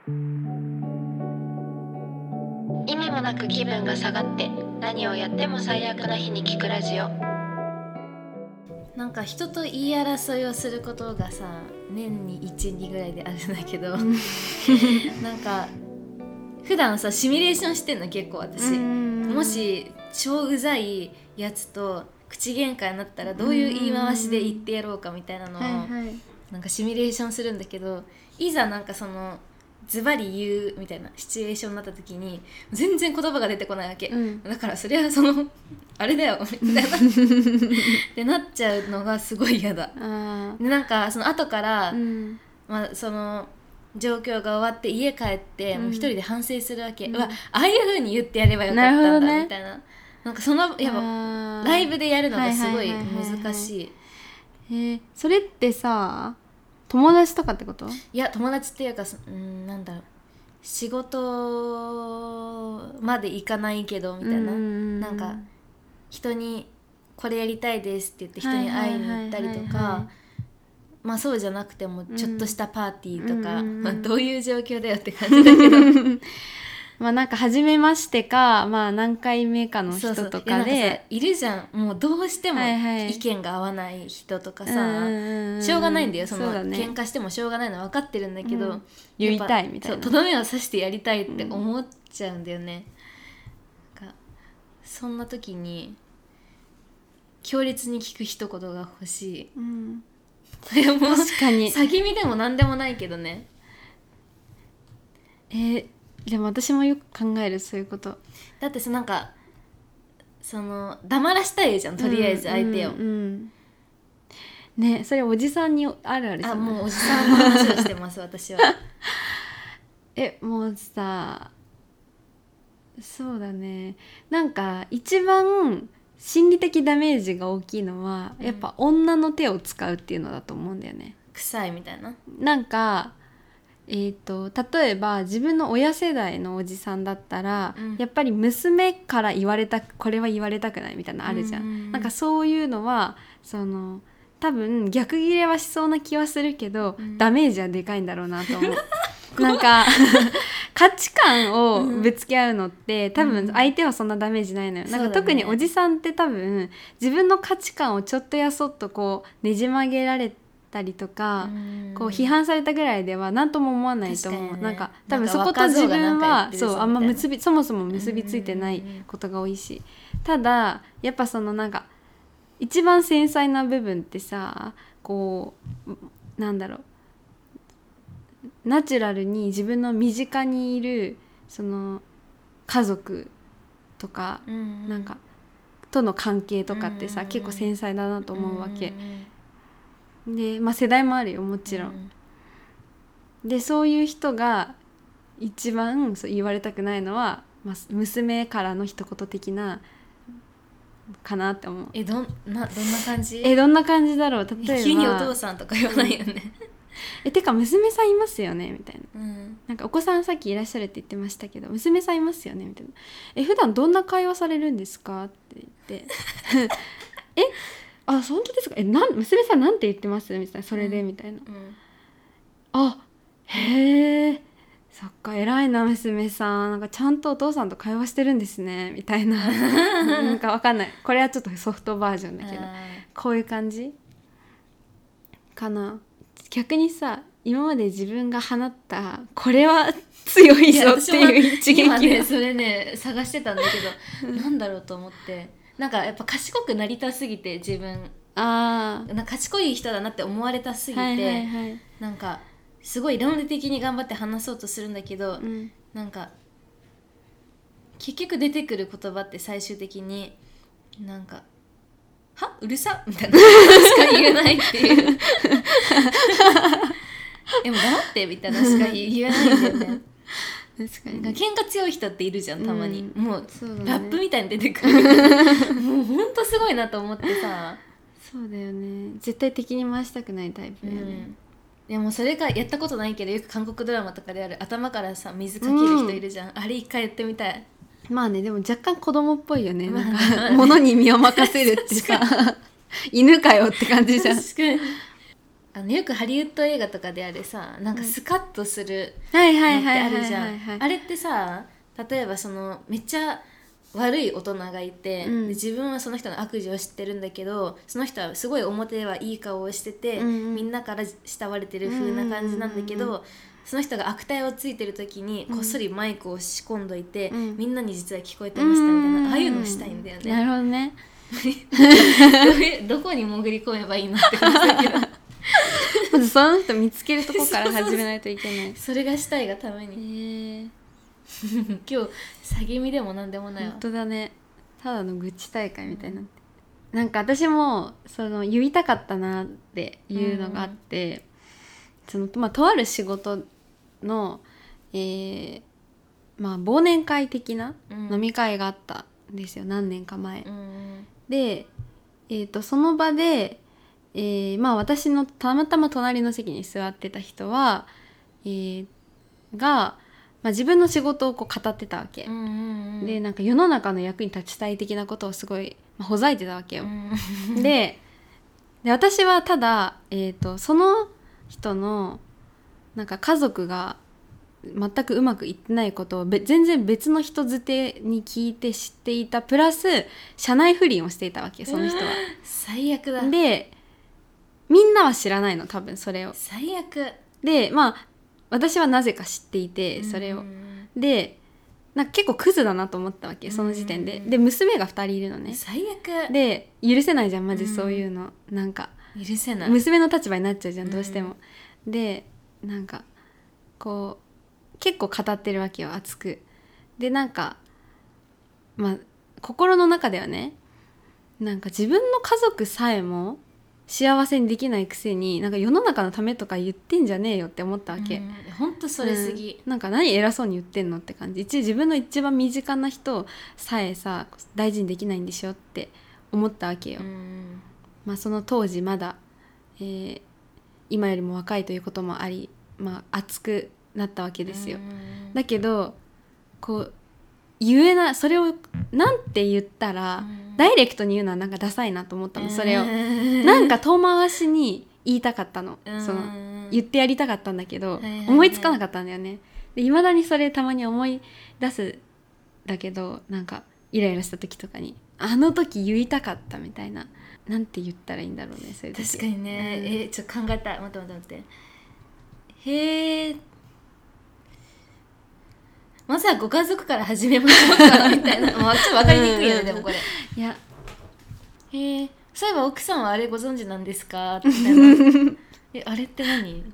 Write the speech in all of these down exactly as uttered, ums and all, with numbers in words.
意味もなく気分が下がって何をやっても最悪な日に聞くラジオ。 なんか人と言い争いをすることがさ年にいち、にぐらいであるんだけどなんか普段さシミュレーションしてんの結構私。もし超うざいやつと口喧嘩になったらどういう言い回しで言ってやろうかみたいなのをなんかシミュレーションするんだけど、いざなんかそのズバリ言うみたいなシチュエーションになった時に全然言葉が出てこないわけ、うん、だからそれはそのあれだよみたいなってなっちゃうのがすごい嫌だ。あでなんかその後から、うんまあ、その状況が終わって家帰ってもう一人で反省するわけ、うん、うわああいう風に言ってやればよかったんだ、ね、みたいな。なんかそのやっぱライブでやるのがすごい難しい。 えー、それってさ友達とかってこと？ いや友達っていうか、うん、なんだろう仕事まで行かないけどみたいな、なんか人にこれやりたいですって言って人に会いに行ったりとか、まあそうじゃなくてもちょっとしたパーティーとか、うんまあ、どういう状況だよって感じだけどまあなんか初めましてか、まあ、何回目かの人とかで、そうそう い, い, いるじゃんもうどうしても意見が合わない人とかさ、はいはい、しょうがないんだよそのそ、ね、喧嘩してもしょうがないの分かってるんだけど、うん、 言いたいみたいなとどめを刺してやりたいって思っちゃうんだよね、うん、なんかそんな時に強烈に聞く一言が欲しい、うん、も確かに詐欺見でも何でもないけどね。 えーでも私もよく考えるそういうこと。 だってさなんかその黙らしたいじゃんとりあえず相手を、うんうんうん、 ねそれおじさんにあるあるじゃん。 あもうおじさんの話をしてます私はえもうさそうだねなんか一番心理的ダメージが大きいのは、うん、やっぱ女の手を使うっていうのだと思うんだよね。 臭いみたいななんかえー、と例えば自分の親世代のおじさんだったら、うん、やっぱり娘から言われたこれは言われたくないみたいなのあるじゃん、うん、なんかそういうのはその多分逆ギレはしそうな気はするけど、うん、ダメージはでかいんだろうなと思うなんか価値観をぶつけ合うのって、うん、多分相手はそんなダメージないのよ、うん、なんか特におじさんって多分自分の価値観をちょっとやそっとこうねじ曲げられてたりとか、こう批判されたぐらいでは何とも思わないと思う、ね、なんか多分そこと自分はそうあんま結びそもそも結びついてないことが多いし、ただやっぱそのなんか一番繊細な部分ってさこうなんだろうナチュラルに自分の身近にいるその家族とか、うん、なんかとの関係とかってさ、うん、結構繊細だなと思うわけ、うんでまあ、世代もあるよもちろん、うん、でそういう人が一番そう言われたくないのは、まあ、娘からの一言的なかなって思う。 えどんなどんな感じえどんな感じだろう。例えば急にお父さんとか言わないよねえてか娘さんいますよねみたいな、うん、なんかお子さんさっきいらっしゃるって言ってましたけど娘さんいますよねみたいな。え普段どんな会話されるんですかって言ってえあ本当ですかえなん娘さんなんて言ってますみたいなそれで、うん、みたいな、うん、あへえそっか偉いな娘さんなんかちゃんとお父さんと会話してるんですねみたいななんかわかんないこれはちょっとソフトバージョンだけどこういう感じかな。逆にさ今まで自分が放ったこれは強いぞっていう一撃今ねそれね探してたんだけどなんだろうと思ってなんかやっぱ賢くなりたすぎて自分あなんか賢い人だなって思われたすぎて、はいはいはい、なんかすごい論理的に頑張って話そうとするんだけど、うん、なんか結局出てくる言葉って最終的になんかはうるさみたいなしか言えないっていうでも黙ってみたいなしか言えないんだよね確かに喧嘩強い人っているじゃんたまに、うん、もうそうだね、ラップみたいに出てくるもうほんとすごいなと思ってさそうだよね絶対敵に回したくないタイプだよね、うん、 でもそれがやったことないけどよく韓国ドラマとかである頭からさ水かける人いるじゃん、うん、あれ一回やってみたい。 まあねでも若干子供っぽいよね、まあ、なんか物に身を任せるってさ犬かよって感じじゃん。 確かにあのよくハリウッド映画とかであるさ、なんかスカッとするはいのってはいはいはいあるじゃん。 はいはいあれってさ、例えばそのめっちゃ悪い大人がいて、 うんで自分はその人の悪事を知ってるんだけど、その人はすごい表ではいい顔をしてて、 うんうんみんなから慕われてる風な感じなんだけど、 うんうんうんその人が悪態をついてる時にこっそりマイクを仕込んどいて、 うん、 みんなに実は聞こえてましたみたいな、ああいうのしたいんだよね。 なるほどね。 どこに潜り込めばいいのって感じだけどまずその人見つけるとこから始めないといけない。 それがしたいがためへにえ今日詐欺みでもなんでもないわ。 本当だね。ただの愚痴大会みたいになって、うん、なんか私もその言いたかったなっていうのがあって、うん、そのまあとある仕事の、えー、まあ忘年会的な飲み会があったんですよ、うん、何年か前、うん、で、えーと、その場で、えーまあ、私のたまたま隣の席に座ってた人は、えー、が、まあ、自分の仕事をこう語ってたわけ、うんうんうん、でなんか世の中の役に立ちたい的なことをすごい、まあ、ほざいてたわけよ、うん、で, で私はただ、えーと、その人のなんか家族が全くうまくいってないことを全然別の人づてに聞いて知っていた、プラス社内不倫をしていたわけ、その人は。 最悪だ。 でみんなは知らないの、多分それを。 最悪でまあ私はなぜか知っていてそれを、でなんか結構クズだなと思ったわけ、その時点で。で娘がふたりいるのね。 最悪で許せないじゃんマジ、そういうの。なんか許せない、 娘の立場になっちゃうじゃんどうしても。でなんかこう結構語ってるわけよ、熱く。でなんかまあ心の中ではね、なんか自分の家族さえも幸せにできないくせになんか世の中のためとか言ってんじゃねえよって思ったわけ。 ほんとそれすぎ、 うん、なんか何偉そうに言ってんのって感じ。一応自分の一番身近な人さえさ大事にできないんでしょって思ったわけよ。まあその当時まだ、えー、今よりも若いということもあり、まあ熱くなったわけですよ。だけどこう言えない、それをなんて言ったらダイレクトに言うのはなんかダサいなと思ったの、それを。なんか遠回しに言いたかったの、その言ってやりたかったんだけど、思いつかなかったんだよね。で未だにそれたまに思い出すだけど、なんかイライラした時とかにあの時言いたかったみたいな、なんて言ったらいいんだろうね、そういう時。 確かにね、うん、えー、ちょっと考えたい。待って待って待って。へえ、まずはご家族から始めましょうかみたいなもうちょっと分かりにくいよね、でもこれ。 いや、 へえ、そういえば奥さんはあれご存知なんですかみたいなえ、あれって何って思って、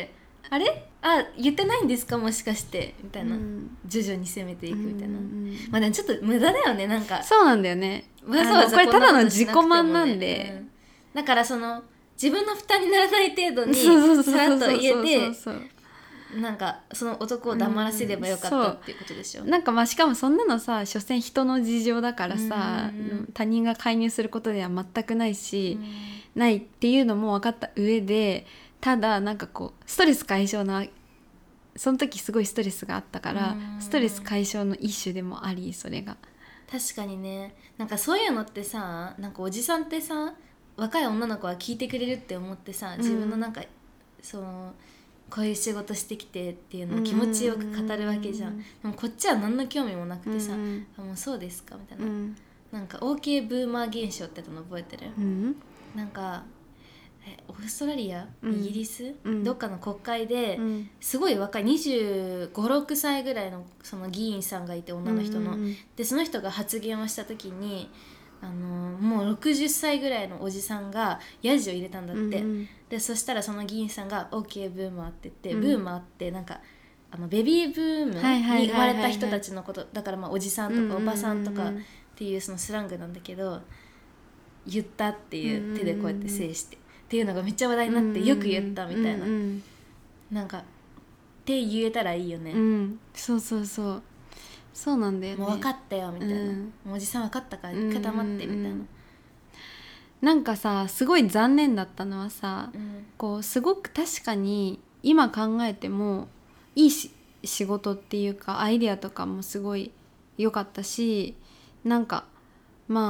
あれあ、言ってないんですかもしかしてみたいな、うん、徐々に攻めていくみたいな、うん、まあでもちょっと無駄だよね、なんか。 そうなんだよね、 わざわざこれただの自己満なんで、 うん、だからその自分の負担にならない程度にさらっと言えて、なんかその男を黙らせればよかったっていうことでしょ、 うん、なんかまあしかもそんなのさ所詮人の事情だからさ、うん、他人が介入することでは全くないし、うん、ないっていうのも分かった上で、ただなんかこうストレス解消のその時すごいストレスがあったから、うん、ストレス解消の一種でもあり、それが確かにね。なんかそういうのってさ、なんかおじさんってさ、若い女の子は聞いてくれるって思ってさ、自分のなんか、うん、そのこういう仕事してきてっていうのを気持ちよく語るわけじゃん、うん、でもこっちは何の興味もなくてさ、うん、あもうそうですかみたいな、うん、なんか オーケー ブーマー現象っての覚えてる、うん、なんかえオーストラリア、イギリス、うん、どっかの国会で、うん、すごい若いにじゅうご、ろくさいぐらいのその議員さんがいて、女の人の、うんうんうん、でその人が発言をした時に、あのもうろくじゅっさいぐらいのおじさんがヤジを入れたんだって、うんうん、でそしたらその議員さんが オーケー ブーマーって言って、うん、ブーマーってなんかあのベビーブームに生まれた人たちのことだから、まあおじさんとかおばさんとかっていうそのスラングなんだけど、言ったっていう手でこうやって制してっていうのがめっちゃ話題になって、よく言ったみたいな、うんうん、なんかって言えたらいいよね、 うん、そうそうそうそうなんだよね。 もう分かったよみたいな、うん、もうおじさん分かったから固まってみたいな、うんうん、 なんかさすごい残念だったのはさ、うん、こうすごく確かに今考えてもいいし仕事っていうかアイデアとかもすごい良かったし、なんかまあ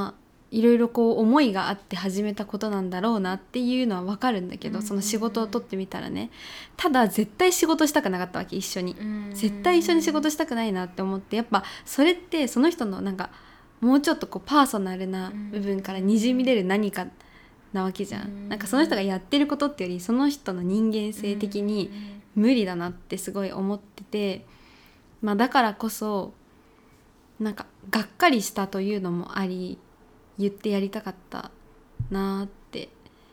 いろいろこう思いがあって始めたことなんだろうなっていうのは分かるんだけど、 うん、 その仕事を取ってみたらね、ただ絶対仕事したくなかったわけ一緒に、うん、絶対一緒に仕事したくないなって思って、やっぱそれってその人のなんかもうちょっとこうパーソナルな部分からにじみ出る何かなわけじゃん、うん、なんかその人がやってることってよりその人の人間性的に無理だなってすごい思ってて、まあ、だからこそなんかがっかりしたというのもあり言ってやりたかったなって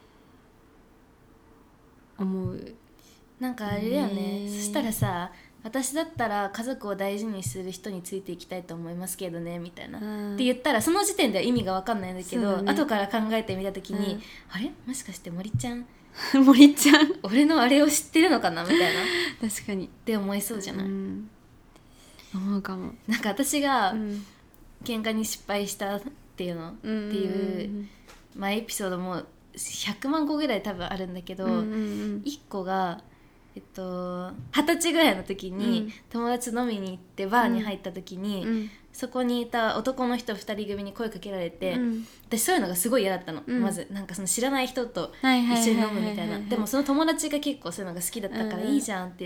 思う。 なんかあれだよね、そしたらさ、私だったら家族を大事にする人についていきたいと思いますけどねみたいな、うん、って言ったらその時点では意味が分かんないんだけど、ね、後から考えてみた時に、うん、あれもしかして森ちゃん森ちゃん俺のあれを知ってるのかなみたいな確かにって思いそうじゃない、うん、 思うかも。 なんか私が喧嘩に失敗したっていうの、っていう、まあ、エピソードもひゃくまんこぐらい多分あるんだけど、うんうんうん、いっこがえっと、はたちぐらいの時に友達飲みに行ってバーに入った時に、うん、そこにいた男の人ふたり組に声かけられて、うん、私そういうのがすごい嫌だったの、うん、まずなんかその知らない人と一緒に飲むみたいな。でもその友達が結構そういうのが好きだったからいいじゃんって言って、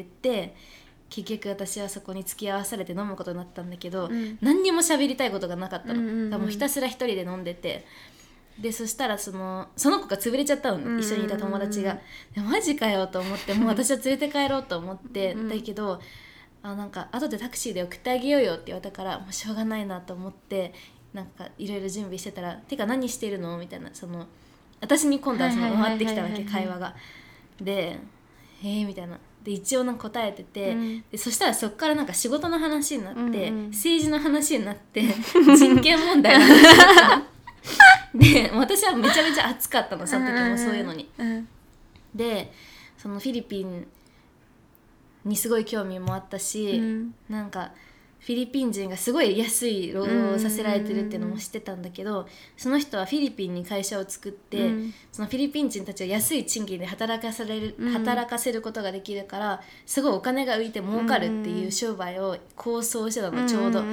結局私はそこに付き合わされて飲むことになったんだけど、うん、何にも喋りたいことがなかったの、うんうんうん、だからもうひたすら一人で飲んでて、でそしたらそのその子が潰れちゃったの、うんうんうん、一緒にいた友達が。でマジかよと思ってもう私は連れて帰ろうと思ってだけど、あなんか後でタクシーで送ってあげようよって言われたからもうしょうがないなと思ってなんかいろいろ準備してたら、てか何してるのみたいな、その私に今度はその回ってきたわけ、会話が。でえーみたいなで一応なんか答えてて、うん、でそしたらそっからなんか仕事の話になって、うんうん、政治の話になって人権問題の話になってで私はめちゃめちゃ熱かったのその時もそういうのに、うんうん、でそのフィリピンにすごい興味もあったし、うん、なんかフィリピン人がすごい安い労働をさせられてるっていうのも知ってたんだけど、その人はフィリピンに会社を作って、うん、そのフィリピン人たちを安い賃金で働かされる、うん、働かせることができるからすごいお金が浮いて儲かるっていう商売を構想してたの、ちょうど、うん、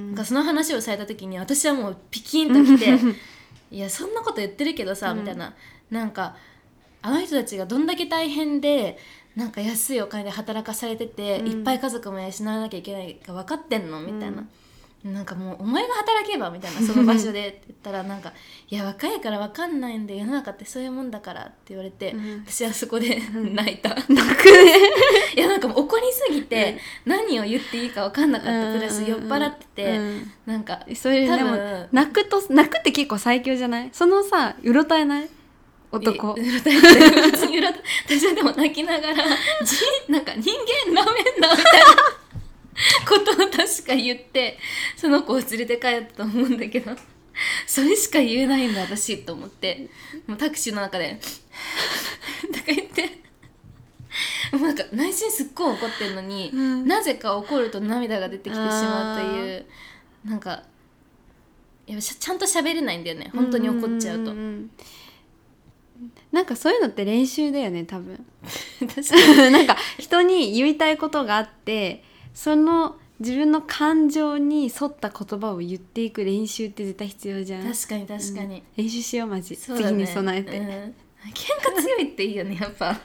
なんかその話をされた時に私はもうピキンときていやそんなこと言ってるけどさ、うん、みたいな、なんかあの人たちがどんだけ大変でなんか安いお金で働かされてて、うん、いっぱい家族も養わなきゃいけないか分かってんのみたいな、うん、なんかもうお前が働けばみたいなその場所でって言ったらなんかいや若いから分かんないんで世の中ってそういうもんだからって言われて、うん、私はそこで泣いた、泣くねいやなんかもう怒りすぎて何を言っていいか分かんなかった、プラス酔っ払ってて、うん、なんかそれでも泣くと泣くって結構最強じゃない？そのさうろたえない？男うろたえ普通にうろたえ私はでも泣きながらじなんか人間なめんなみたいなことを確か言ってその子を連れて帰ったと思うんだけど、それしか言えないんだ私と思って、もうタクシーの中でとか言ってもうなんか内心すっごい怒ってるのに、うん、なぜか怒ると涙が出てきてしまうという、なんかいやちゃんと喋れないんだよね本当に怒っちゃうと。うんうんうん、 なんかそういうのって練習だよね多分確かになんか人に言いたいことがあってその自分の感情に沿った言葉を言っていく練習って絶対必要じゃん。 確かに確かに、 うん、練習しようマジ、ね、次に備えて、うん、 喧嘩強いっていいよねやっぱ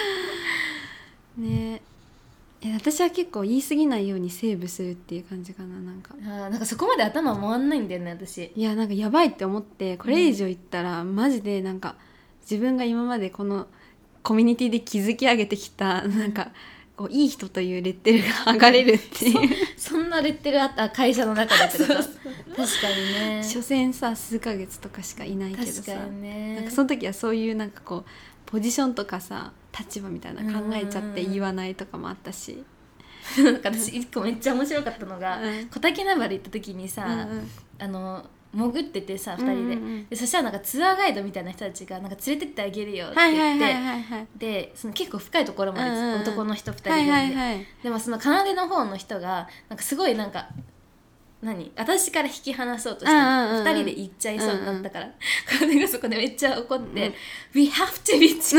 ねえ、私は結構言い過ぎないようにセーブするっていう感じかな。なんかあなんかそこまで頭回んないんだよね私。 いやなんかやばいって思ってこれ以上言ったら、うん、マジでなんか自分が今までこのコミュニティで築き上げてきたなんかこういい人というレッテルが剥がれるっていうそ, そんなレッテルあった会社の中でってこと確かにね。 所詮さ数ヶ月とかしかいないけどさ、 確かにね、 なんかその時はそういうなんかこうポジションとかさ立場みたいな考えちゃって言わないとかもあったし、 なんか私一個めっちゃ面白かったのが、うん、小竹名原行った時にさ、うんうん、あの潜っててさふたり で,、うんうん、でそしたらなんかツアーガイドみたいな人たちがなんか連れてってあげるよって言ってでその結構深いところまで、うんうん、男の人ふたりで、はいはいはい、でもその奏での方の人がなんかすごいなんか何私から引き離そうとして、うんうん、ふたりで行っちゃいそうになったから、うんうん、奏がそこでめっちゃ怒って、うん、We have to be そう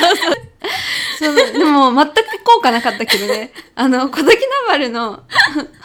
そうでも全く効果なかったけどねあの小滝名原の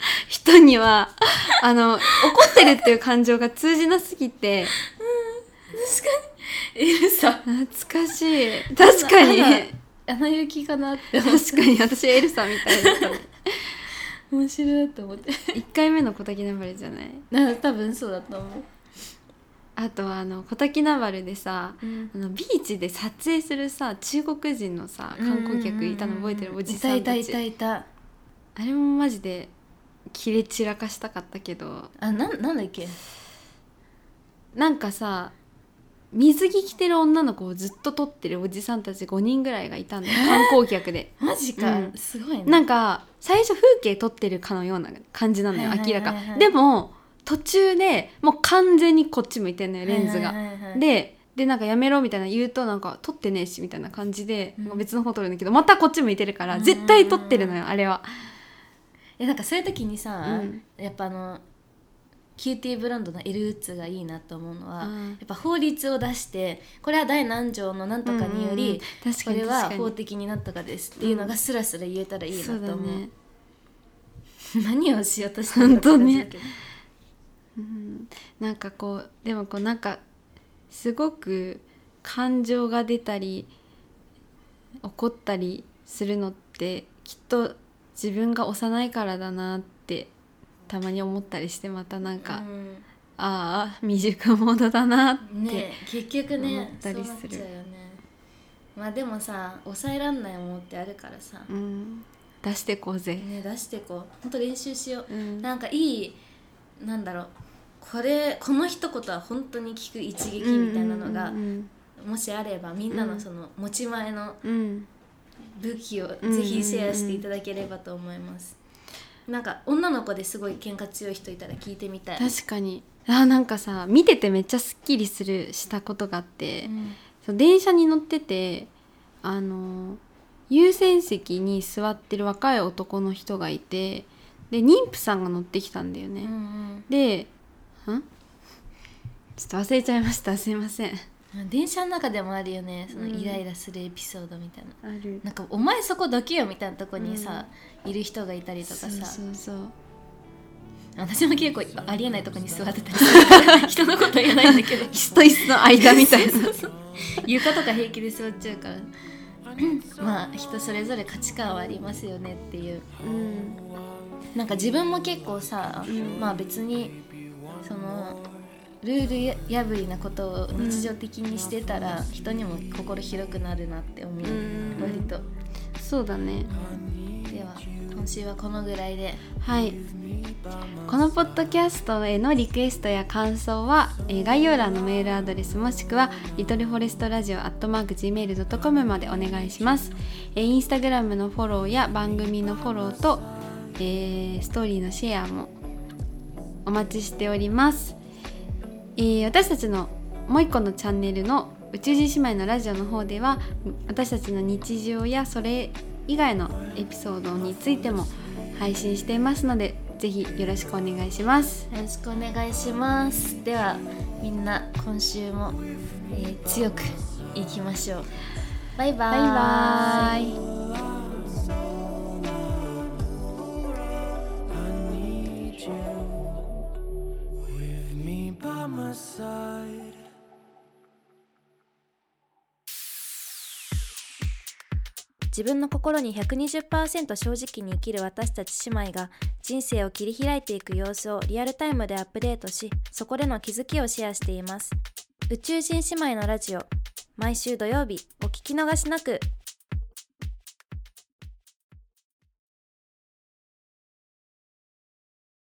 人にはあの怒ってるっていう感情が通じなすぎて、うん、 確かにエルサ懐かしい。確かにアナ雪かなって思って。 確かに私エルサみたいだった面白いと思っていっかいめの小滝名原じゃない？ な多分そうだと思う。 あとはあの小滝名原でさ、うん、あのビーチで撮影するさ中国人のさ観光客いたの覚えてる？おじさんたちいたいたいた。あれもマジでキレ散らかしたかったけど、 あ な, なんだっけなんかさ水着着てる女の子をずっと撮ってるおじさんたちごにんぐらいがいたんだよ、観光客で。 マジか、うん、すごいね。 なんか最初風景撮ってるかのような感じなのよ、明らか。でも途中でもう完全にこっち向いてんのよレンズが、はいはいはいはい、ででなんかやめろみたいな言うとなんか撮ってねえしみたいな感じで、うん、別の方撮るんだけどまたこっち向いてるから絶対撮ってるのよ、あれは。 いやなんかそういう時にさ、うん、やっぱあのキューティーブランドの L ウッズがいいなと思うのは、うん、やっぱ法律を出してこれは第何条の何とかにより、うんうん、これは法的になんとかですっていうのがスラスラ言えたらいいなと思う、うん、うね、何をしようとしたんだって感じだけど、 うん、なんかこうでもこうなんかすごく感情が出たり怒ったりするのってきっと自分が幼いからだなってたまに思ったりして、またなんか、うん、ああ未熟者だなって、 ね、結局ね思ったりする。そうなっちゃうよね。 まあでもさ抑えらんないものってあるからさ、 うん、出してこうぜ、 ね、出してこう。ほんと練習しよう、うん、なんかいいなんだろうこれこの一言は本当に聞く一撃みたいなのが、うんうんうんうん、もしあればみんなのその持ち前の武器をぜひシェアしていただければと思います、うんうんうん、なんか女の子ですごい喧嘩強い人いたら聞いてみたい。 確かに。あなんかさ見ててめっちゃスッキリするしたことがあって、うん、そう電車に乗っててあの優先席に座ってる若い男の人がいて、で妊婦さんが乗ってきたんだよね、うんうん、でんちょっと忘れちゃいました、すいません。 電車の中でもあるよね、そのイライラするエピソードみたいな、 うん、ある。 なんかお前そこどけよみたいなとこにさ、うん、いる人がいたりとかさ。 そうそうそう。 私も結構ありえないとこに座ってたりする人のこと言えないんだけど椅子と椅子の間みたいなそうそうそう床とか平気で座っちゃうからまあ人それぞれ価値観はありますよねっていう、うん、なんか自分も結構さ、うん、まあ別にそのルール破りなことを日常的にしてたら、うん、人にも心広くなるなって思う、うん、割と。 そうだね。 では今週はこのぐらいで。 はい、このポッドキャストへのリクエストや感想は、えー、概要欄のメールアドレスもしくはリトルフォレストラジオアットマーク ジーメールドットコム までお願いします、えー、インスタグラムのフォローや番組のフォローと、えー、ストーリーのシェアもお待ちしております、えー、私たちのもう一個のチャンネルの宇宙人姉妹のラジオの方では私たちの日常やそれ以外のエピソードについても配信していますのでぜひよろしくお願いします。 よろしくお願いします。ではみんな今週も、えー、強くいきましょう。バイバイ。 バイバイ。 自分の心に ひゃくにじゅっパーセント 正直に生きる私たち姉妹が人生を切り開いていく様子をリアルタイムでアップデートし、そこでの気づきをシェアしています。宇宙人姉妹のラジオ、毎週土曜日お聞き逃しなく。